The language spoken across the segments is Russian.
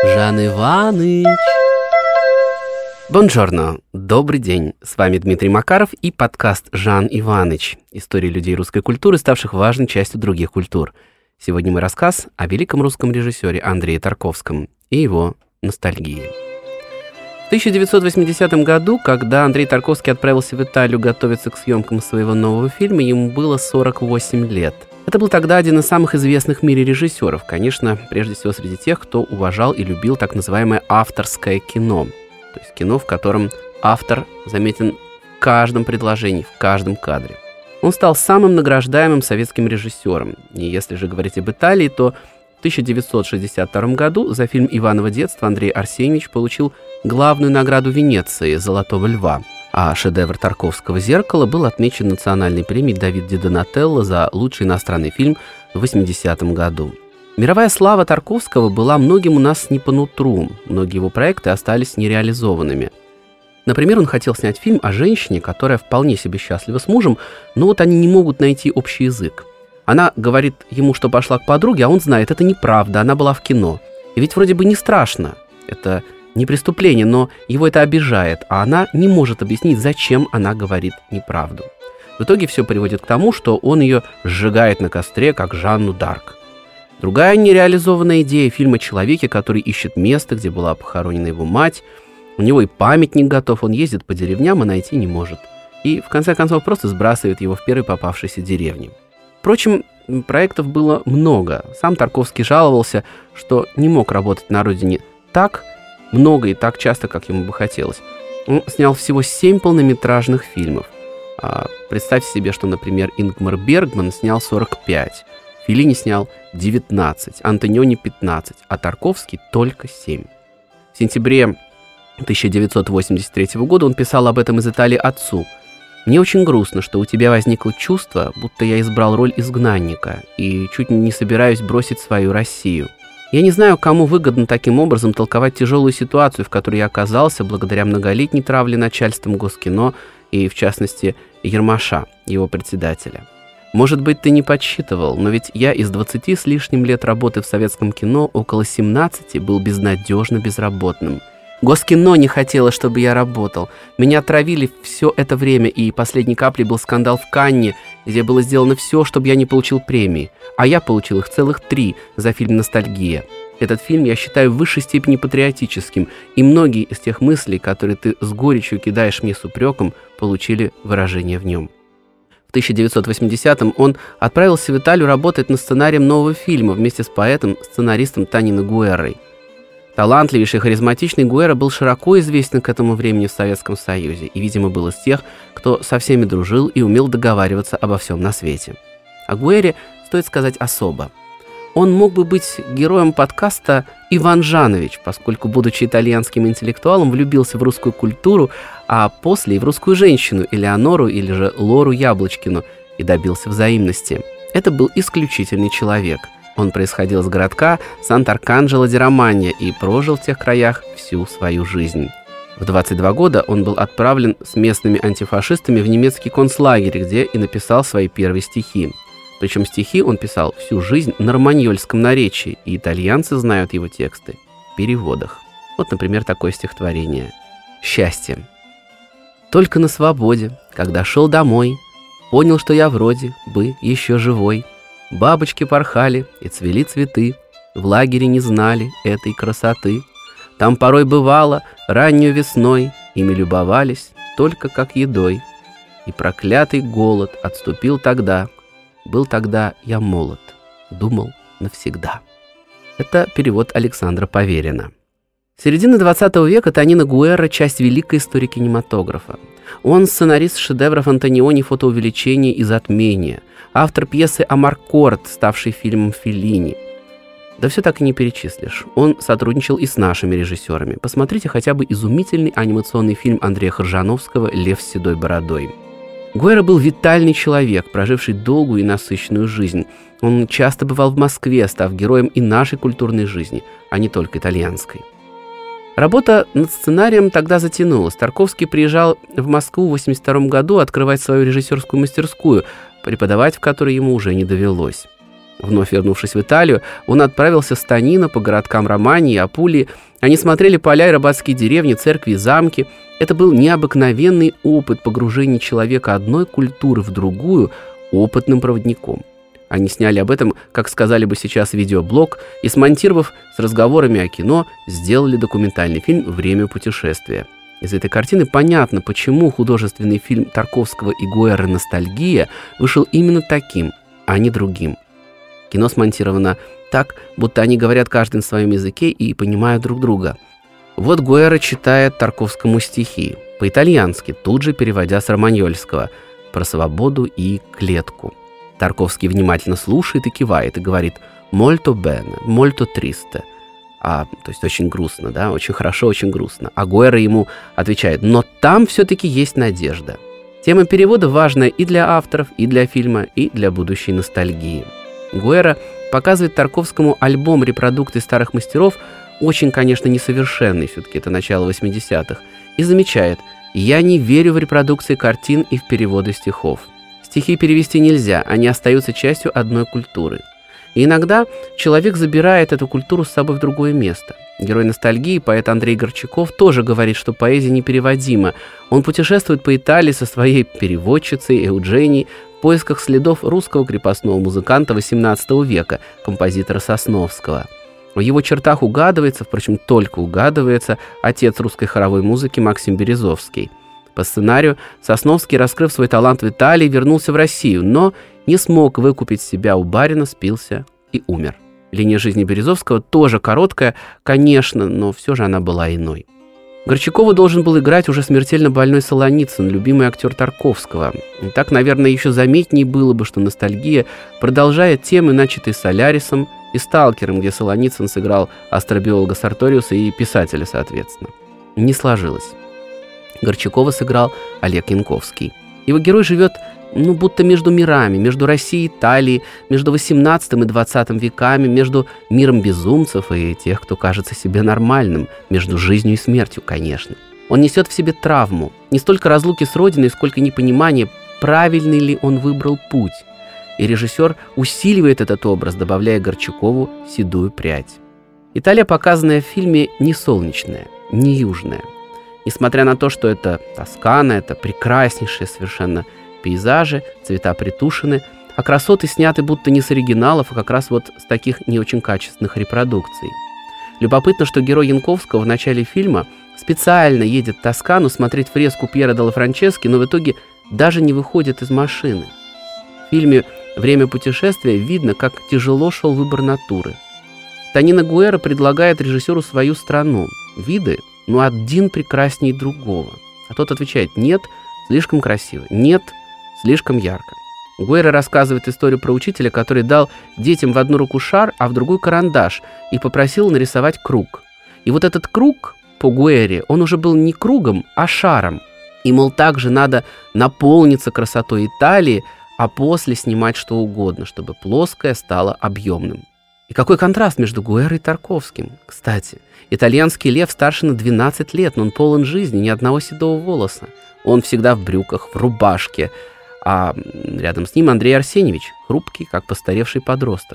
Жан Иваныч. Бонжорно, добрый день. С вами Дмитрий Макаров и подкаст «Жан Иваныч». Истории людей русской культуры, ставших важной частью других культур. Сегодня мой рассказ о великом русском режиссере Андрее Тарковском и его ностальгии. В 1980 году, когда Андрей Тарковский отправился в Италию готовиться к съемкам своего нового фильма, ему было 48 лет. Это был тогда один из самых известных в мире режиссеров, конечно, прежде всего среди тех, кто уважал и любил так называемое авторское кино. То есть кино, в котором автор заметен в каждом предложении, в каждом кадре. Он стал самым награждаемым советским режиссером. И если же говорить об Италии, то в 1962 году за фильм «Иваново детство» Андрей Арсеньевич получил главную награду Венеции «Золотого льва». А шедевр Тарковского «Зеркало» был отмечен национальной премией Давид Ди Донателло за лучший иностранный фильм в 80-м году. Мировая слава Тарковского была многим у нас не по нутру, многие его проекты остались нереализованными. Например, он хотел снять фильм о женщине, которая вполне себе счастлива с мужем, но вот они не могут найти общий язык. Она говорит ему, что пошла к подруге, а он знает, это неправда, она была в кино. И ведь вроде бы не страшно, это не преступление, но его это обижает, а она не может объяснить, зачем она говорит неправду. В итоге все приводит к тому, что он ее сжигает на костре, как Жанну д'Арк. Другая нереализованная идея фильма о человеке, который ищет место, где была похоронена его мать. У него и памятник готов, он ездит по деревням и найти не может. И, в конце концов, просто сбрасывает его в первой попавшейся деревне. Впрочем, проектов было много. Сам Тарковский жаловался, что не мог работать на родине так много и так часто, как ему бы хотелось. Он снял всего 7 полнометражных фильмов. Представьте себе, что, например, Ингмар Бергман снял 45, Феллини снял 19, Антониони 15, а Тарковский только 7. В сентябре 1983 года он писал об этом из Италии отцу. «Мне очень грустно, что у тебя возникло чувство, будто я избрал роль изгнанника и чуть не собираюсь бросить свою Россию. Я не знаю, кому выгодно таким образом толковать тяжелую ситуацию, в которой я оказался благодаря многолетней травле начальством Госкино и, в частности, Ермаша, его председателя. Может быть, ты не подсчитывал, но ведь я из 20 с лишним лет работы в советском кино около 17 был безнадежно безработным. Госкино не хотело, чтобы я работал. Меня травили все это время, и последней каплей был скандал в Канне, где было сделано все, чтобы я не получил премии. А я получил их целых 3 за фильм «Ностальгия». Этот фильм я считаю в высшей степени патриотическим, и многие из тех мыслей, которые ты с горечью кидаешь мне с упреком, получили выражение в нем». В 1980-м он отправился в Италию работать над сценарием нового фильма вместе с поэтом-сценаристом Тонино Гуэррой. Талантливейший, харизматичный Гуэрра был широко известен к этому времени в Советском Союзе и, видимо, был из тех, кто со всеми дружил и умел договариваться обо всем на свете. О Гуэрре стоит сказать особо. Он мог бы быть героем подкаста «Иван Жанович», поскольку, будучи итальянским интеллектуалом, влюбился в русскую культуру, а после и в русскую женщину Элеонору или же Лору Яблочкину и добился взаимности. Это был исключительный человек. Он происходил из городка Сант'Арканджело-ди-Романья и прожил в тех краях всю свою жизнь. В 22 года он был отправлен с местными антифашистами в немецкий концлагерь, где и написал свои первые стихи. Причем стихи он писал всю жизнь на романьольском наречии, и итальянцы знают его тексты в переводах. Вот, например, такое стихотворение. «Счастье. Только на свободе, когда шел домой, понял, что я вроде бы еще живой. Бабочки порхали и цвели цветы, в лагере не знали этой красоты. Там порой бывало раннюю весной, ими любовались только как едой. И проклятый голод отступил тогда, был тогда я молод, думал навсегда». Это перевод Александра Поверина. С середины 20 века Тонино Гуэрра – часть великой истории кинематографа. Он сценарист шедевров Антониони «Фотоувеличение» и «Затмение», автор пьесы «Амаркорд», ставшей фильмом Феллини. Да все так и не перечислишь. Он сотрудничал и с нашими режиссерами. Посмотрите хотя бы изумительный анимационный фильм Андрея Хоржановского «Лев с седой бородой». Гуэрра был витальный человек, проживший долгую и насыщенную жизнь. Он часто бывал в Москве, став героем и нашей культурной жизни, а не только итальянской. Работа над сценарием тогда затянулась. Тарковский приезжал в Москву в 1982 году открывать свою режиссерскую мастерскую, преподавать в которой ему уже не довелось. Вновь вернувшись в Италию, он отправился с Тонино по городкам Романии и Апулии. Они смотрели поля и рыбацкие деревни, церкви и замки. Это был необыкновенный опыт погружения человека одной культуры в другую опытным проводником. Они сняли об этом, как сказали бы сейчас, видеоблог и, смонтировав с разговорами о кино, сделали документальный фильм «Время путешествия». Из этой картины понятно, почему художественный фильм Тарковского и Гуэрры «Ностальгия» вышел именно таким, а не другим. Кино смонтировано так, будто они говорят каждый на своем языке и понимают друг друга. Вот Гуэрра читает Тарковскому стихи, по-итальянски, тут же переводя с романьольского, про свободу и клетку. Тарковский внимательно слушает и кивает, и говорит «molto bene, molto triste». То есть очень грустно, да, очень хорошо, очень грустно. А Гуэрра ему отвечает «но там все-таки есть надежда». Тема перевода важная и для авторов, и для фильма, и для будущей ностальгии. Гуэрра показывает Тарковскому альбом репродукций старых мастеров, очень, конечно, несовершенный, все-таки это начало 80-х, и замечает: «Я не верю в репродукции картин и в переводы стихов. Стихи перевести нельзя, они остаются частью одной культуры. И иногда человек забирает эту культуру с собой в другое место». Герой ностальгии, поэт Андрей Горчаков, тоже говорит, что поэзия непереводима. Он путешествует по Италии со своей переводчицей Эудженией в поисках следов русского крепостного музыканта XVIII века, композитора Сосновского. В его чертах угадывается, впрочем, только угадывается, отец русской хоровой музыки Максим Березовский. По сценарию Сосновский, раскрыв свой талант в Италии, вернулся в Россию, но не смог выкупить себя у барина, спился и умер. Линия жизни Березовского тоже короткая, конечно, но все же она была иной. Горчакову должен был играть уже смертельно больной Солоницын, любимый актер Тарковского. И так, наверное, еще заметней было бы, что ностальгия продолжает темы, начатые Солярисом и Сталкером, где Солоницын сыграл астробиолога Сарториуса и писателя, соответственно. Не сложилось. Горчакова сыграл Олег Янковский. Его герой живет, будто между мирами, между Россией и Италией, между 18 и 20 веками, между миром безумцев и тех, кто кажется себе нормальным, между жизнью и смертью, конечно. Он несет в себе травму, не столько разлуки с родиной, сколько непонимание, правильный ли он выбрал путь. И режиссер усиливает этот образ, добавляя Горчакову седую прядь. Италия, показанная в фильме, не солнечная, не южная. Несмотря на то, что это Тоскана, это прекраснейшие совершенно пейзажи, цвета притушены, а красоты сняты будто не с оригиналов, а как раз вот с таких не очень качественных репродукций. Любопытно, что герой Янковского в начале фильма специально едет в Тоскану смотреть фреску Пьера делла Франчески, но в итоге даже не выходит из машины. В фильме «Время путешествия» видно, как тяжело шел выбор натуры. Тонино Гуэрра предлагает режиссеру свою страну. Виды, один прекраснее другого. А тот отвечает: нет, слишком красиво, нет, слишком ярко. Гуэрра рассказывает историю про учителя, который дал детям в одну руку шар, а в другую карандаш, и попросил нарисовать круг. И вот этот круг, по Гуэрре, он уже был не кругом, а шаром. И, мол, также надо наполниться красотой Италии, а после снимать что угодно, чтобы плоское стало объемным. И какой контраст между Гуэррой и Тарковским. Кстати, итальянский лев старше на 12 лет, но он полон жизни, ни одного седого волоса. Он всегда в брюках, в рубашке, а рядом с ним Андрей Арсеньевич, хрупкий, как постаревший подросток.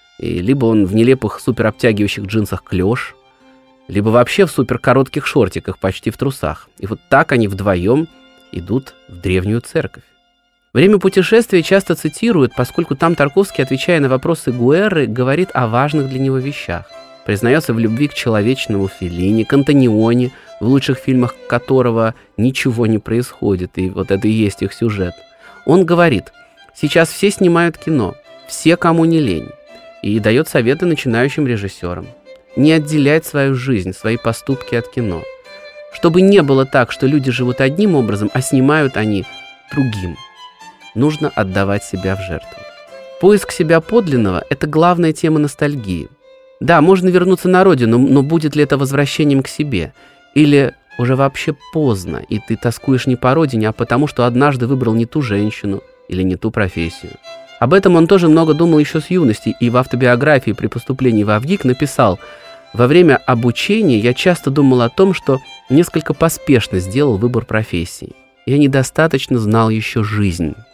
И либо он в нелепых суперобтягивающих джинсах клеш, либо вообще в суперкоротких шортиках, почти в трусах. И вот так они вдвоем идут в древнюю церковь. «Время путешествия» часто цитируют, поскольку там Тарковский, отвечая на вопросы Гуэрры, говорит о важных для него вещах. Признается в любви к человечному Феллини, к Антониони, в лучших фильмах которого ничего не происходит, и вот это и есть их сюжет. Он говорит: сейчас все снимают кино, все, кому не лень, и дает советы начинающим режиссерам. Не отделять свою жизнь, свои поступки от кино. Чтобы не было так, что люди живут одним образом, а снимают они другим. Нужно отдавать себя в жертву. Поиск себя подлинного – это главная тема ностальгии. Да, можно вернуться на родину, но будет ли это возвращением к себе? Или уже вообще поздно, и ты тоскуешь не по родине, а потому, что однажды выбрал не ту женщину или не ту профессию? Об этом он тоже много думал еще с юности, и в автобиографии при поступлении в АВГИК написал: «Во время обучения я часто думал о том, что несколько поспешно сделал выбор профессии. Я недостаточно знал еще жизнь».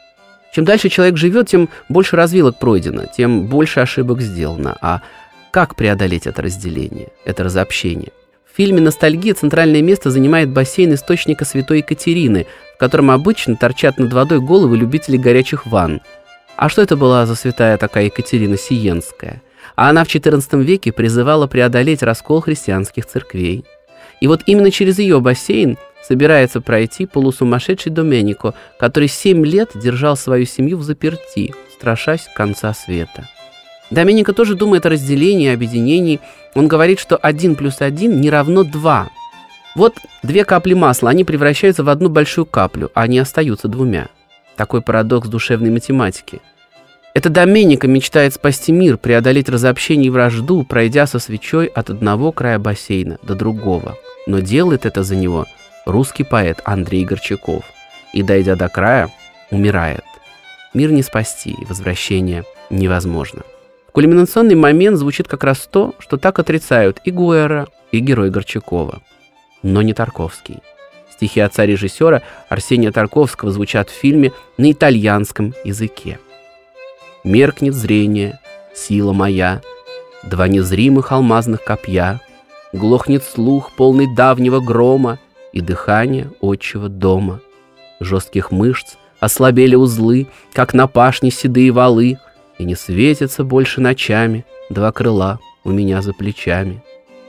Чем дальше человек живет, тем больше развилок пройдено, тем больше ошибок сделано. А как преодолеть это разделение, это разобщение? В фильме «Ностальгия» центральное место занимает бассейн источника Святой Екатерины, в котором обычно торчат над водой головы любителей горячих ванн. А что это была за святая такая Екатерина Сиенская? А она в XIV веке призывала преодолеть раскол христианских церквей. И вот именно через ее бассейн собирается пройти полусумасшедший Доменико, который 7 лет держал свою семью взаперти, страшась конца света. Доменико тоже думает о разделении, объединении. Он говорит, что 1 + 1 не равно 2. Вот 2 капли масла, они превращаются в одну большую каплю, а они остаются 2. Такой парадокс душевной математики. Это Доменико мечтает спасти мир, преодолеть разобщение и вражду, пройдя со свечой от одного края бассейна до другого. Но делает это за него русский поэт Андрей Горчаков. И, дойдя до края, умирает. Мир не спасти, и возвращение невозможно. В кульминационный момент звучит как раз то, что так отрицают и Гуэра, и герой Горчакова. Но не Тарковский. Стихи отца-режиссера Арсения Тарковского звучат в фильме на итальянском языке. «Меркнет зрение, сила моя, 2 незримых алмазных копья, глохнет слух, полный давнего грома, и дыхание отчего дома. Жестких мышц ослабели узлы, как на пашне седые валы, и не светятся больше ночами 2 крыла у меня за плечами.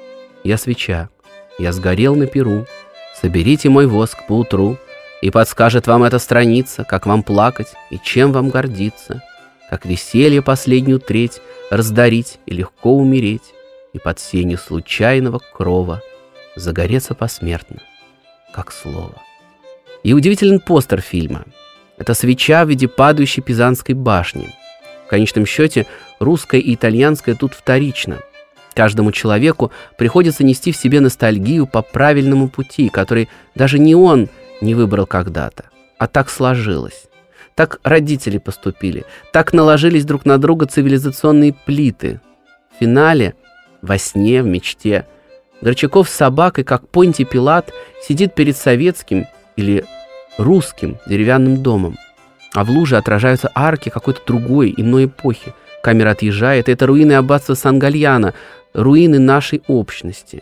Я свеча, я сгорел на перу, соберите мой воск поутру, и подскажет вам эта страница, как вам плакать и чем вам гордиться, как веселье последнюю треть раздарить и легко умереть, и под сенью случайного крова загореться посмертно, как слово». И удивителен постер фильма. Это свеча в виде падающей Пизанской башни. В конечном счете, русское и итальянское тут вторично. Каждому человеку приходится нести в себе ностальгию по правильному пути, который даже не он не выбрал когда-то, а так сложилось. Так родители поступили, так наложились друг на друга цивилизационные плиты. В финале, во сне, в мечте, Горчаков с собакой, как Понтий Пилат, сидит перед советским или русским деревянным домом. А в луже отражаются арки какой-то другой, иной эпохи. Камера отъезжает, и это руины аббатства Сан-Гальяно, руины нашей общности.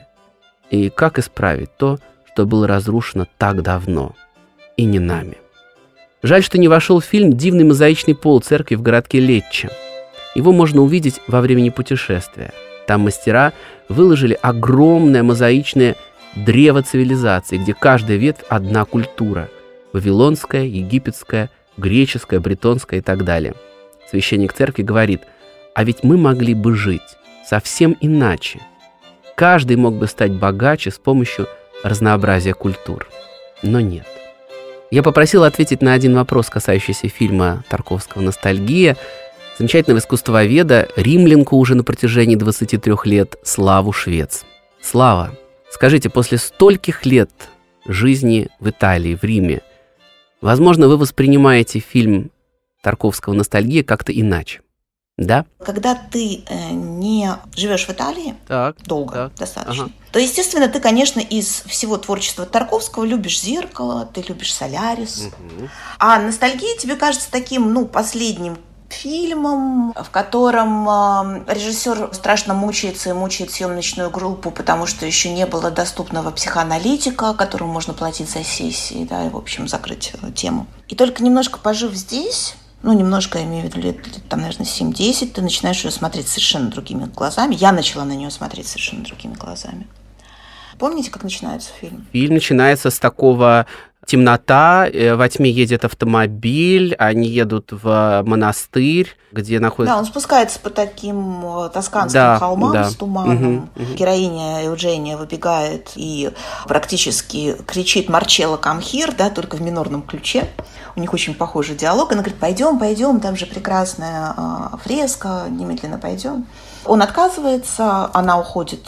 И как исправить то, что было разрушено так давно, и не нами? Жаль, что не вошел в фильм дивный мозаичный пол церкви в городке Леччо. Его можно увидеть во времени путешествия. Там мастера выложили огромное мозаичное древо цивилизации, где каждая ветвь – одна культура – вавилонская, египетская, греческая, бретонская и так далее. Священник церкви говорит: а ведь мы могли бы жить совсем иначе. Каждый мог бы стать богаче с помощью разнообразия культур. Но нет. Я попросил ответить на один вопрос, касающийся фильма Тарковского «Ностальгия», замечательного искусствоведа, римлянку уже на протяжении 23 лет, Славу Швец. Слава, скажите, после стольких лет жизни в Италии, в Риме, возможно, вы воспринимаете фильм Тарковского «Ностальгия» как-то иначе, да? Когда ты не живешь в Италии долго, достаточно, ага, то, естественно, ты, конечно, из всего творчества Тарковского любишь «Зеркало», ты любишь «Солярис». угу. А «Ностальгия» тебе кажется таким, последним фильмом, в котором режиссер страшно мучается и мучает съемочную группу, потому что еще не было доступного психоаналитика, которому можно платить за сессии, да, и, в общем, закрыть тему. И только немножко пожив здесь, немножко, я имею в виду, лет, наверное, 7-10, ты начинаешь ее смотреть совершенно другими глазами. Я начала на нее смотреть совершенно другими глазами. Помните, как начинается фильм? Фильм начинается с такого: темнота, во тьме едет автомобиль, они едут в монастырь, где находится... Да, он спускается по таким тосканским холмам с туманом. Героиня Евгения выбегает и практически кричит «Марчелло, come here», да, только в минорном ключе. У них очень похожий диалог. Она говорит: пойдем, там же прекрасная фреска, немедленно пойдем. Он отказывается, она уходит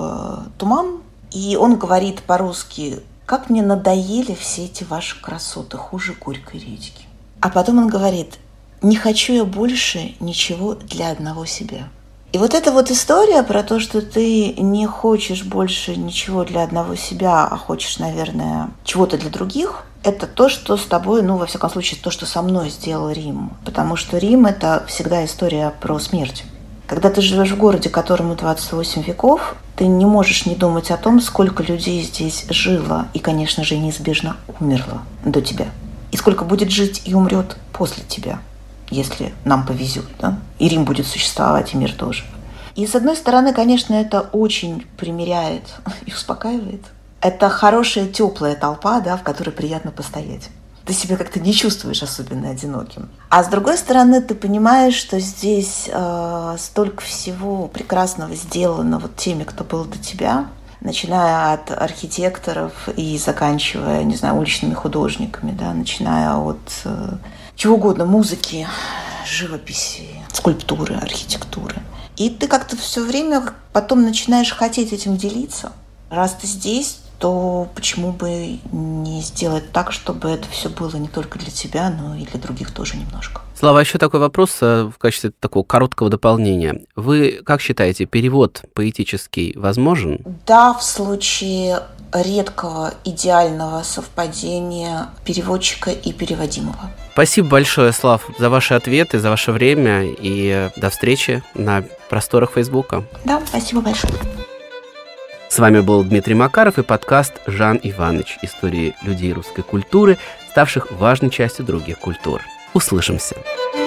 в туман, и он говорит по-русски: как мне надоели все эти ваши красоты, хуже горькой редьки. А потом он говорит: не хочу я больше ничего для одного себя. И вот эта вот история про то, что ты не хочешь больше ничего для одного себя, а хочешь, наверное, чего-то для других, это то, что с тобой, во всяком случае, то, что со мной сделал Рим. Потому что Рим – это всегда история про смерть. Когда ты живешь в городе, которому 28 веков, ты не можешь не думать о том, сколько людей здесь жило и, конечно же, неизбежно умерло до тебя. И сколько будет жить и умрет после тебя, если нам повезет, да? И Рим будет существовать, и мир тоже. И, с одной стороны, конечно, это очень примиряет и успокаивает. Это хорошая, теплая толпа, да, в которой приятно постоять. Ты себя как-то не чувствуешь особенно одиноким. А с другой стороны, ты понимаешь, что здесь столько всего прекрасного сделано вот теми, кто был до тебя, начиная от архитекторов и заканчивая, не знаю, уличными художниками, да, начиная от чего угодно, музыки, живописи, скульптуры, архитектуры. И ты как-то все время потом начинаешь хотеть этим делиться. Раз ты здесь, то почему бы не сделать так, чтобы это все было не только для тебя, но и для других тоже немножко. Слава, еще такой вопрос в качестве такого короткого дополнения. Вы как считаете, перевод поэтический возможен? Да, в случае редкого идеального совпадения переводчика и переводимого. Спасибо большое, Слав, за ваши ответы, за ваше время, и до встречи на просторах Фейсбука. Да, спасибо большое. С вами был Дмитрий Макаров и подкаст «Жан Иваныч. Истории людей русской культуры, ставших важной частью других культур». Услышимся.